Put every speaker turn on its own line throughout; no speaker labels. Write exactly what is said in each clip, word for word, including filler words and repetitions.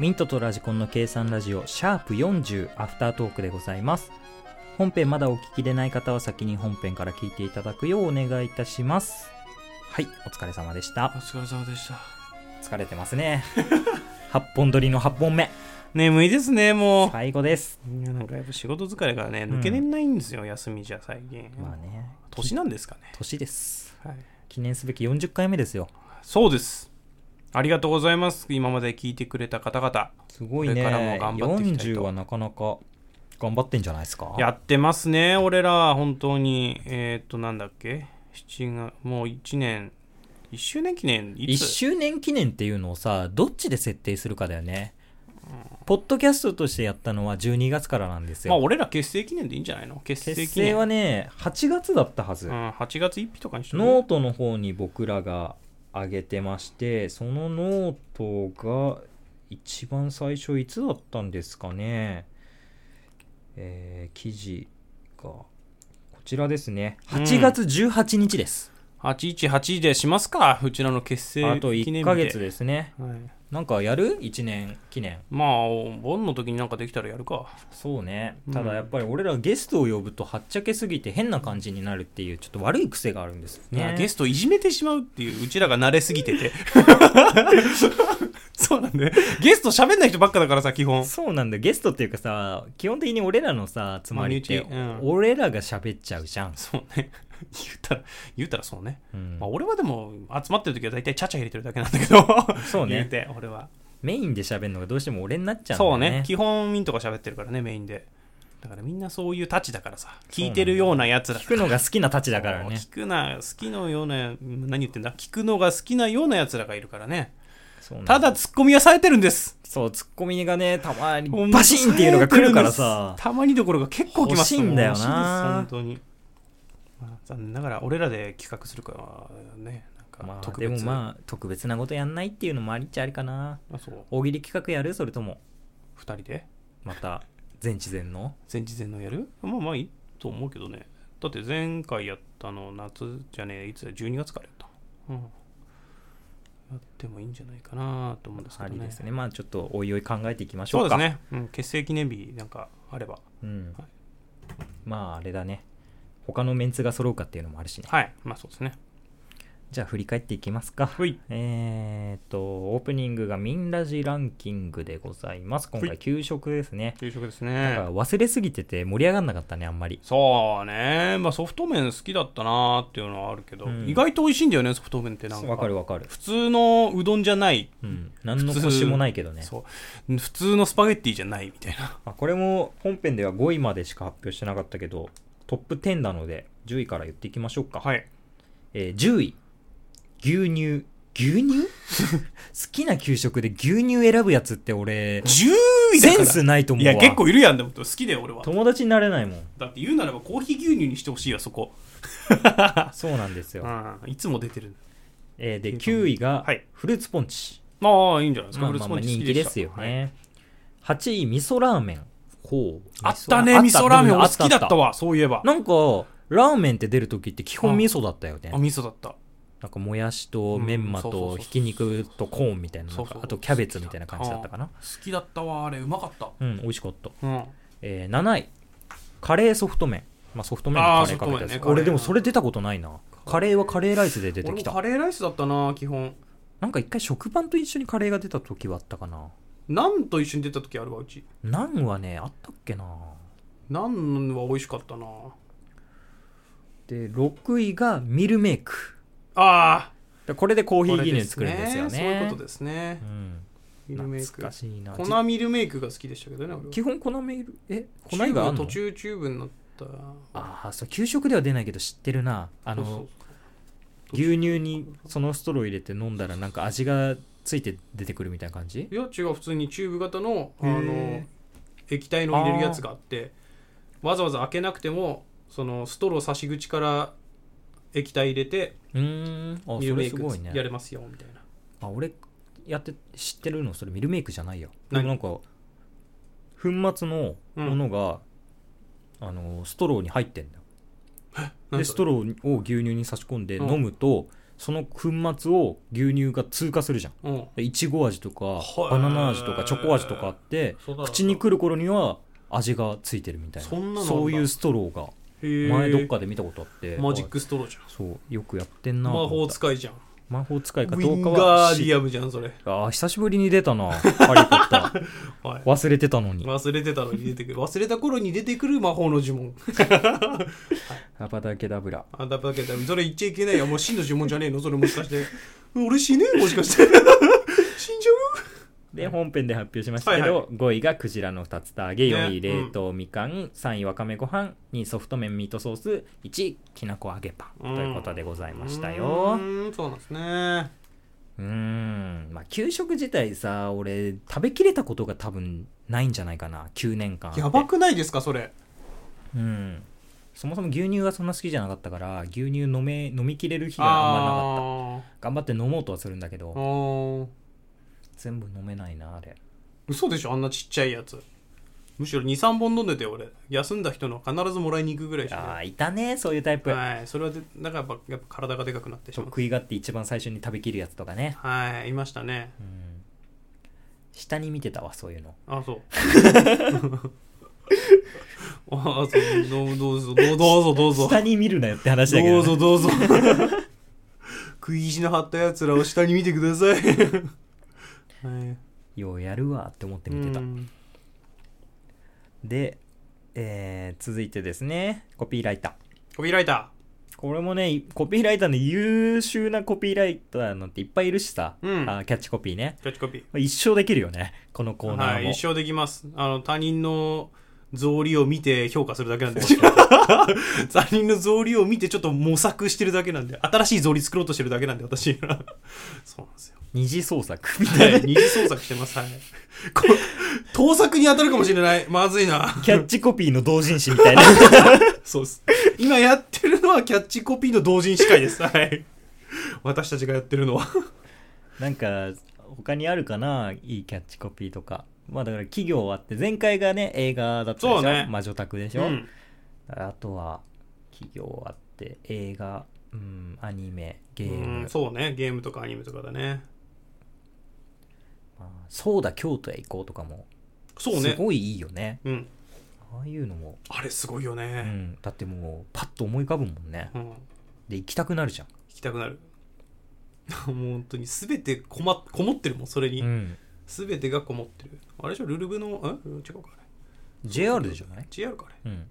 ミントとラジコンの計算ラジオシャープよんじゅうアフタートークでございます。本編まだお聞きでない方は先に本編から聞いていただくようお願いいたします。はい、お疲れ様でした。
お疲れ様でした。
疲れてますねはっぽん撮りのはっぽんめ、
眠いですね。もう
最後です。
いや、なんかやっぱ仕事疲れからね抜けれないんですよ、うん、休みじゃ最近。
まあね、
年なんですかね。
年です、
はい、
記念すべきよんじゅっかいめですよ。
そうです。ありがとうございます。今まで聞いてくれた方々、
すごいね。
これからも頑張っていきたいと。よんじゅう
はなかなか頑張ってんじゃないですか。
やってますね俺ら本当に。えー、っとなんだっけ、しちがつ、もういちねん、いっしゅうねん記念いつ？
いっしゅうねん記念っていうのをさ、どっちで設定するかだよね。ポッドキャストとしてやったのはじゅうにがつからなんですよ。
まあ俺ら結成記念でいいんじゃないの。結成記念。
結成はねはちがつだったはず、うん、
はちがつついたちとかにしとく。
ノートの方に僕らが上げてまして、そのノートが一番最初いつだったんですかね。えー、記事がこちらですね。はちがつじゅうはちにちです、
うん、はちいちはちでしますか、うちらの結成記念日。
あといっかげつですね、
はい、
なんかやる ?いち 年記念。
まあお盆の時になんかできたらやるか。
そうね。ただやっぱり俺らゲストを呼ぶとはっちゃけすぎて変な感じになるっていうちょっと悪い癖があるんですよね。
ゲストをいじめてしまうっていう、うちらが慣れすぎててそうなんだよ。ゲスト喋んない人ばっかだからさ、基本。
そうなんだよ。ゲストっていうかさ、基本的に俺らのさつまりって、うん、俺らが喋っちゃうじゃん。
そうね言ったら言ったらそうね、うん、まあ、俺はでも集まってる時は大体チャチャ入れてるだけなんだけど
そうね。
言うて俺は
メインで喋るのがどうしても俺になっちゃうんだよね。
そうね、基本ミントが喋ってるからね、メインで。だからみんなそういうタチだからさ、聞いてるようなやつら、
聞くのが好きなタチだからね。
聞くな好きのような、何言ってんだ、聞くのが好きなようなやつらがいるからね。ただツッコミはされてるんです。
そう、ツッコミがねたまにバシーンっていうのが来るからさ、
たまにどころが結構来ます。
欲しいんだよな
本当に、まあ、残念ながら俺らで企画するからね、なんか
まあ、特別でもまあ特別なことやんないっていうのもありっちゃありかな。
あ、そう、
大喜利企画やる？それとも
ふたりで
また全知全の
全知全のやる？まあまあいいと思うけどね。だって前回やったの夏じゃねえ、いつだ、じゅうにがつからやった、うん、やってもいいんじゃないかなと思うんですけどね。ありですね。
まあちょっとおいおい考えていきましょうか。
そうですね、うん、結成記念日なんかあれば、
うん、はい、まああれだね、他のメンツが揃うかっていうのもあるしね。
はい、まあそうですね。
じゃあ振り返っていきますか。
はい。
えーとオープニングがミンラジランキングでございます。今回給食ですね。
給食ですね。
だから忘れすぎてて盛り上がんなかったね、あんまり。
そうね、まあソフト麺好きだったなーっていうのはあるけど、うん、意外と美味しいんだよね、ソフト麺って。なんか
わかるわかる。
普通のうどんじゃない、
うん、何のコシもないけどね。
そう普通のスパゲッティじゃないみたいな。
あ、これも本編ではごいまでしか発表してなかったけどトップじゅうなのでじゅういから言っていきましょうか。
はい。
えー、じゅうい牛乳。牛乳好きな給食で牛乳選ぶやつって俺
じゅういだから
センスないと思うわ。
いや結構いるやん。でも好きだよ俺は。
友達になれないもん。
だって言うならばコーヒー牛乳にしてほしいわ、そこ
そうなんですよ、
うん、いつも出てる。
えー、できゅういがフルーツポンチ、
はい、ああいいんじゃないですか。
まあまあまあ人気ですよね、はい、はちい味噌ラーメン。ほう、
あったね、味噌ラーメン俺好きだったわ。そういえば
なんかラーメンって出るときって基本味噌だったよね。
ああ味噌だった。
なんかもやしとメンマとひき肉とコーンみたいな、なんかあとキャベツみたいな感じだったかな。
好きだったわあれ、うまかった。
うん美味しかった、
うん。
えー、なないカレーソフト麺。まあソフト麺にカレーかけたやつ、ね、俺でもそれ出たことないな。カレーはカレーライスで出てきた。
俺もカレーライスだったな基本。
なんか一回食パンと一緒にカレーが出た時はあったかな。
ナンと一緒に出た時あるわうち。
ナンはねあったっけな。
ナンは美味しかったな。
でろくいがミルメイク。
あ
あ、これでコーヒー牛乳作るんですよね。
そういうことですね、
うん、
ミルメイク
懐かしいな。
粉ミルメイクが好きでしたけどね俺は。基
本粉ミルえ粉以外あんの？
途中チューブになった。
ああ、そう給食では出ないけど知ってるな。あのそうそうそう牛乳にそのストロー入れて飲んだらなんか味がついて出てくるみたいな感じ。
いや違う、普通にチューブ型のあの液体の入れるやつがあって、わざわざ開けなくてもそのストロー差し口から液体入れて
うーんあ
ミルメイク
それすごいね
やれますよみたいな。
あ俺やって知ってるのそれミルメイクじゃないよ。でもなんか粉末のものが、うん、あのストローに入ってんだよ。でストローを牛乳に差し込んで飲むと、うん、 その粉末を牛乳が通過するじゃん。
うん
いちご味とか
はい
バナナ味とかチョコ味とかあって
そうだ
口に来る頃には味がついてるみたいな、
そんなのあんだ
そういうストローが
へー
前どっかで見たことあって、
マジックストローじゃん
そうよくやってんなと
魔法
思った。
使いじゃん
魔法使いか
ウ
どうか
ィンガーデ
は知
ィアムじゃんそれ
あー久しぶりに出たなハリー・ポッター
はい
忘れてたのに
忘れてたのに出てくる忘れた頃に出てくる魔法の呪文
アバダケダブラ
あだだけだそれ言っちゃいけないよもう真の呪文じゃねえのそれもしかして俺死ねえもしかして死んじゃ
で本編で発表しましたけど、
はいは
ごいがクジラのふたつた揚げ、よんい
ね
冷凍みかん、さんいわかめご飯、にいソフト麺ミートソース、いちいきなこ揚げパン、
うん
ということでございました
う
よ。
ーんそうなんですね
うーんまあ給食自体さ俺食べきれたことが多分ないんじゃないかなきゅうねんかんあって
やばくないですかそれ
うんそもそも牛乳がそんな好きじゃなかったから牛乳飲め飲みきれる日があんまなかった頑張って飲もうとはするんだけど
あー
全部飲めないなあれ
嘘でしょあんなちっちゃいやつむしろ にさんぼん飲んでて俺休んだ人の必ずもらいに行くぐらいしか
あーいたねそういうタイプ、
はいそれはでだからやっぱやっぱ体がでかくなってしまう
食いがって一番最初に食べきるやつとかね、
はいいましたね
うん、下に見てたわそういうの
あそうあそうどうどうぞどうどうぞどうぞ
下に見るなよって話だけど、ね、
どうぞどうぞ食い意地の張ったやつらを下に見てください、はい、
ようやるわって思って見てた
うん
で、えー続いてですねコピーライター
コピーライタ
これもねコピーライターの優秀なコピーライターなんていっぱいいるしさ、
うん
あキャッチコピーね
ーキャッチコピ
一生できるよねこのコー
ー
ナーも、
はい一生できますあの他人の草履を見て評価するだけなんで他人の草履を見てちょっと模索してるだけなんで新しい草履作ろうとしてるだけなんで私そうなんですよ
二次創作みたいな
はい二次創作してますはいこ盗作に当たるかもしれないまずいな
キャッチコピーの同人誌みたいな
そうです今やってるのはキャッチコピーの同人誌会ですはい私たちがやってるのは
なんか他にあるかないいキャッチコピーとかまあだから企業あって前回がね映画だったでしょ、
そうね
魔女宅でしょ、
うん
あとは企業あって映画、うん、アニメゲー
う
ム、
んそうねゲームとかアニメとかだね
まあそうだ京都へ行こうとかも
そうね
すごいいいよね
うん
ああいうのも、
あれすごいよ
う
ね
ん、だってもうパッと思い浮かぶもんね
うん、
で行きたくなるじゃん、
行きたくなるもう本当に全てこまこもってるもんそれに、
うん、
全てがこもってるあれでしょルルブのん違うかあれ
ジェイアール でじゃない、
ジェイアール かあれ
うん、い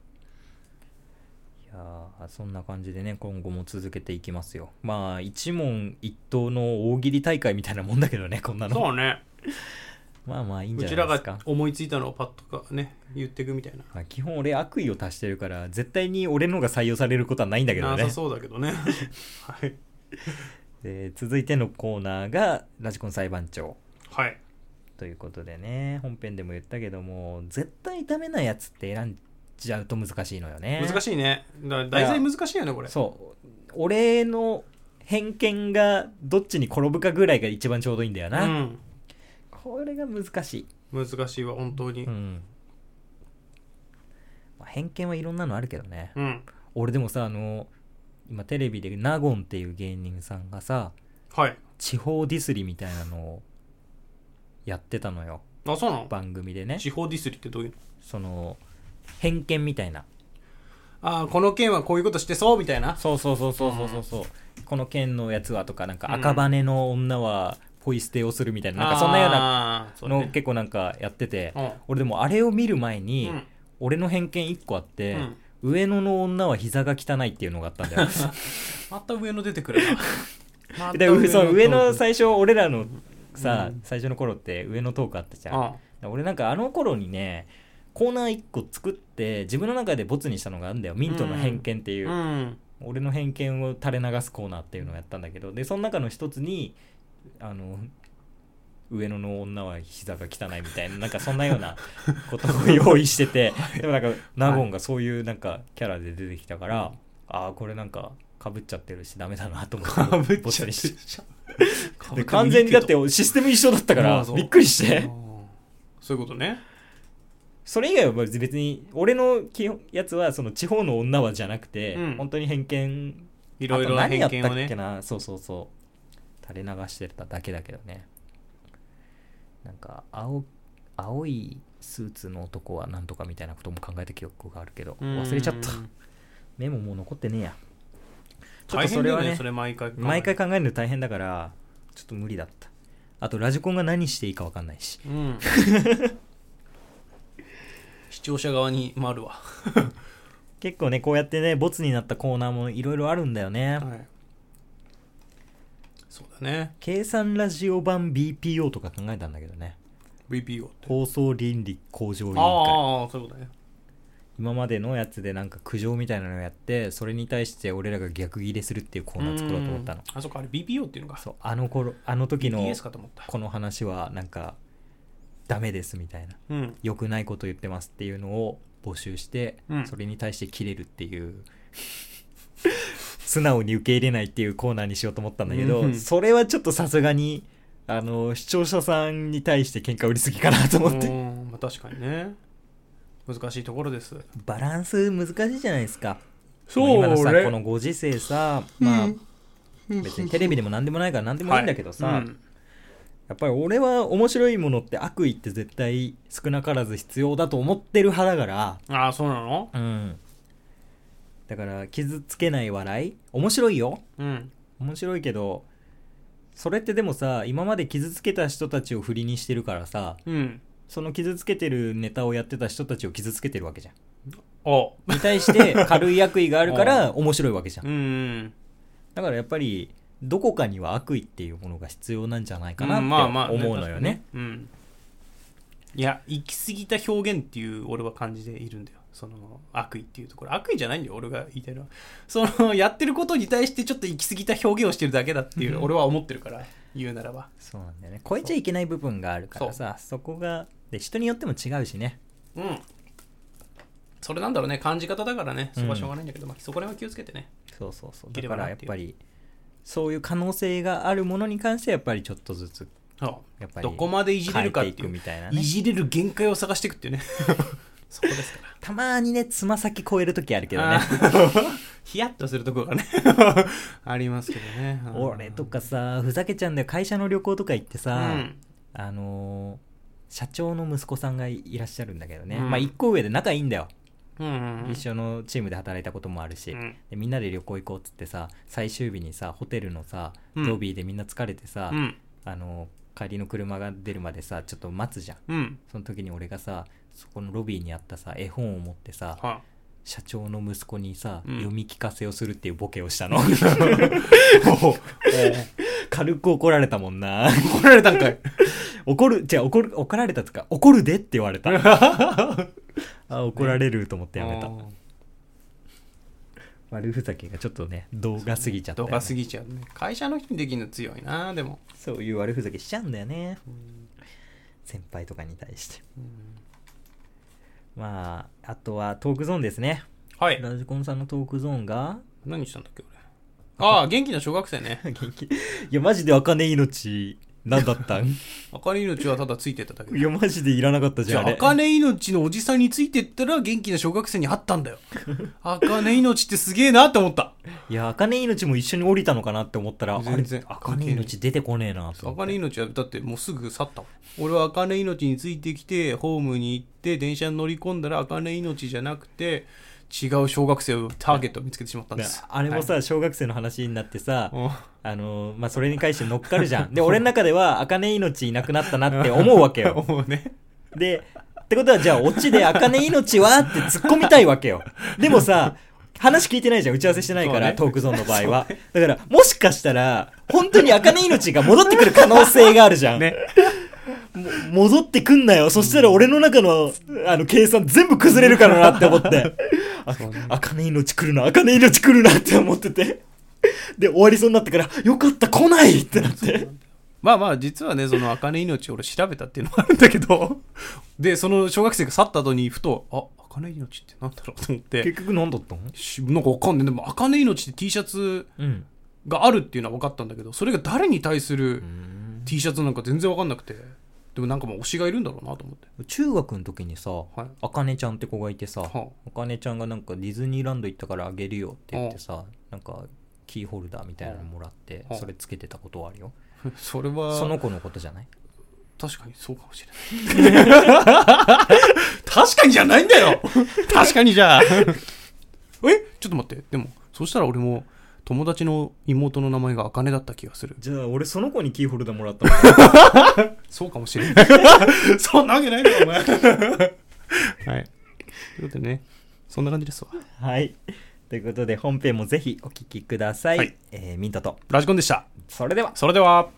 やーそんな感じでね今後も続けていきますよまあ一問一答の大喜利大会みたいなもんだけどねこんなの
そうね
まあまあいいん
うちら
じゃないですか
が思いついたのをパッとかね言っていくみたいな
まあ、基本俺悪意を足してるから絶対に俺のが採用されることはないんだけどね
なさそうだけどねはい
で続いてのコーナーがラジコン裁判長
はい
ということでね本編でも言ったけども絶対ダメなやつって選んじゃうと難しいのよね
難しいねだから題材難しいよねこれ
そう俺の偏見がどっちに転ぶかぐらいが一番ちょうどいいんだよな、
うん
これが難しい、
難しいわ本当に
うんまあ、偏見はいろんなのあるけどね、
うん
俺でもさあの今テレビでナゴンっていう芸人さんがさ
はい
地方ディスりみたいなのをやってたのよ
あそうなの
番組でね
地方ディスリってどういうの
その偏見みたいな
ああこの件はこういうことしてそうみたいな
そうそうそうそうそうそうそう、この県のやつはとかなんか赤羽の女はポイ捨てをするみたいな、なんかそんなようなの
あーそうね
結構なんかやってて、
うん
俺でもあれを見る前に、
うん
俺の偏見いっこあって、
うん
上野の女は膝が汚いっていうのがあったんだよ
また上野出てくるなまた
でその上の
さ
最初俺らのさ、
うん
最初の頃って上のトークあったじゃん、
あ
俺なんかあの頃にねコーナーいっこ作って自分の中でボツにしたのがあるんだよミントの偏見っていう、
うん
俺の偏見を垂れ流すコーナーっていうのをやったんだけどでその中の一つにあの上野の女は膝が汚いみたいななんかそんなようなことを用意しててでもなんかナゴンがそういうなんかキャラで出てきたから、はい、ああこれなんかかぶっちゃってるしダメだなと思って
かぶっ
ボツに
ちゃって
してで完全にだってシステム一緒だったからびっくりして
そういうことね
それ以外は別に俺のやつはその地方の女はじゃなくて、
うん、
本当に偏見
いろいろな偏見を
あと何やったっけ
ね。
な、そうそうそう垂れ流してただけだけどね。なんか青青いスーツの男はなんとかみたいなことも考えた記憶があるけど忘れちゃった。メモもう残ってねえや。ちょっとそれはね、
それ毎回
毎回考えるの大変だからちょっと無理だった。あとラジコンが何していいか分かんないし、うん、
視聴者側に回るわ
結構ねこうやってねボツになったコーナーもいろいろあるんだよね、はい、
そうだね。
計算ラジオ版 ビーピーオー とか考えたんだけどね。
ビーピーオー って
放送倫理向上委員会。
ああそういうことね。
今までのやつでなんか苦情みたいなのをやってそれに対して俺らが逆ギレするっていうコーナー作ろうと思ったの。
あそっかあれ ビーピーオー っていうのか。
そうあの頃あの時の
ビーピーエス かと思った。
この話はなんかダメですみたいな、うん、良くないこと言ってますっていうのを募集して、うん、それに対してキレるっていう素直に受け入れないっていうコーナーにしようと思ったんだけど、うん、それはちょっとさすがにあの視聴者さんに対して喧嘩売りすぎかなと思って。
まあ、確かにね難しいところです。
バランス難しいじゃないですか。
そう
今のさこのご時世さ、まあ別にテレビでも何でもないから何でもいいんだけどさ、はいうん、やっぱり俺は面白いものって悪意って絶対少なからず必要だと思ってる派だから。
ああそうなの。
うんだから傷つけない笑い面白いよ、うん、面白いけどそれってでもさ今まで傷つけた人たちを振りにしてるからさ、うん、その傷つけてるネタをやってた人たちを傷つけてるわけじゃん。
お
に対して軽い悪意があるから面白いわけじゃん。
うん、
だからやっぱりどこかには悪意っていうものが必要なんじゃないかなって思うのよね。
うん、いや行き過ぎた表現っていう俺は感じでいるんだよ。その悪意っていうところ悪意じゃないんだよ俺が言いたいのは。そのやってることに対してちょっと行き過ぎた表現をしてるだけだっていう俺は思ってるから言うならば
そうなんだよね。超えちゃいけない部分があるからさ そ, そこがで人によっても違うしね。
うんそれなんだろうね感じ方だからねそこはしょうがないんだけど、うんまあ、そこら辺は気をつけてね。
そうそうそうだからやっぱりそういう可能性があるものに関してはやっぱりちょっとずつ
やっぱりどこまでいじれるかっていう
みたいな、
ね、いじれる限界を探していくっていうねそこですから
たまにねつま先超えるときあるけどね
ヒヤッとするところがねありますけどね。
俺とかさふざけちゃうんだよ。会社の旅行とか行ってさ、うん、あのー、社長の息子さんがいらっしゃるんだけどね、うん、まあ一個上で仲いいんだよ、うんうんうん、一緒のチームで働いたこともあるし、うん、でみんなで旅行行こうっつってさ最終日にさホテルのさロビーでみんな疲れてさ、うん、あの帰りの車が出るまでさちょっと待つじゃん、うん、その時に俺がさそこのロビーにあったさ絵本を持ってさ、はあ、社長の息子にさ、うん、読み聞かせをするっていうボケをしたの軽く怒られたもんな。
怒られたんかい。
怒るじゃあ怒る怒られたとか怒るでって言われたあ怒られると思ってやめた、ね、悪ふざけがちょっとね動画過ぎちゃった、ね、
動画過ぎちゃうね。会社の人にできるの強いな。でも
そういう悪ふざけしちゃうんだよね、うん、先輩とかに対して、うん、まああとはトークゾーンですね。
はい
ラジコンさんのトークゾーンが
何したんだっけ俺。ああ元気な小学生ね。
元気いやマジで茜命何だったん
茜命はただついてっただけ。
いやマジでいらなかったじゃん。
じゃあ茜命のおじさんについてったら元気な小学生に会ったんだよ茜命ってすげえなって思った。
いや茜命も一緒に降りたのかなって思ったら
全然
茜命出てこねえなと。
茜命はだってもうすぐ去ったもん。俺は茜命についてきてホームに行って電車に乗り込んだら茜命じゃなくて違う小学生をターゲットを見つけてしまったんです。
あれもさ、はい、小学生の話になってさあの、まあ、それに関して乗っかるじゃん。で俺の中では茜命いなくなったなって思うわけよ
思うね。
でってことはじゃあオチで茜命はって突っ込みたいわけよ。でもさ話聞いてないじゃん打ち合わせしてないから、ね、トークゾーンの場合はだからもしかしたら本当に茜命が戻ってくる可能性があるじゃん、ね戻ってくんなよ。そしたら俺の中のあの計算全部崩れるからなって思ってあかね命来るなあかね命来るなって思っててで終わりそうになってからよかった来ないってなって
まあまあ実はねそのあかね命俺調べたっていうのもあるんだけどでその小学生が去った後にふとああかね命ってなんだろうと思って
結局何だったの
なんかわかんない。でもあかね命って T シャツがあるっていうのは分かったんだけどそれが誰に対する T シャツなんか全然分かんなくてでもなんかもう推しがいるんだろうなと思って。
中学の時にさ、あかねちゃんって子がいてさ、あかねちゃんがなんかディズニーランド行ったからあげるよって言ってさ、なんかキーホルダーみたいなのもらって
うん
それつけてたことはあるよ。
それは
その子のことじゃない？
確かにそうかもしれない確かにじゃないんだよ確かにじゃあえちょっと待って、でもそしたら俺も友達の妹の名前があかねだった気がする。
じゃあ俺その子にキーホルダーもらったの
そうかもしれないそんなわけないだろお前はいということでね、そんな感じですわ。
はいということで本編もぜひお聞きください、
はい
えーミントと
ラジコンでした。
それでは
それでは。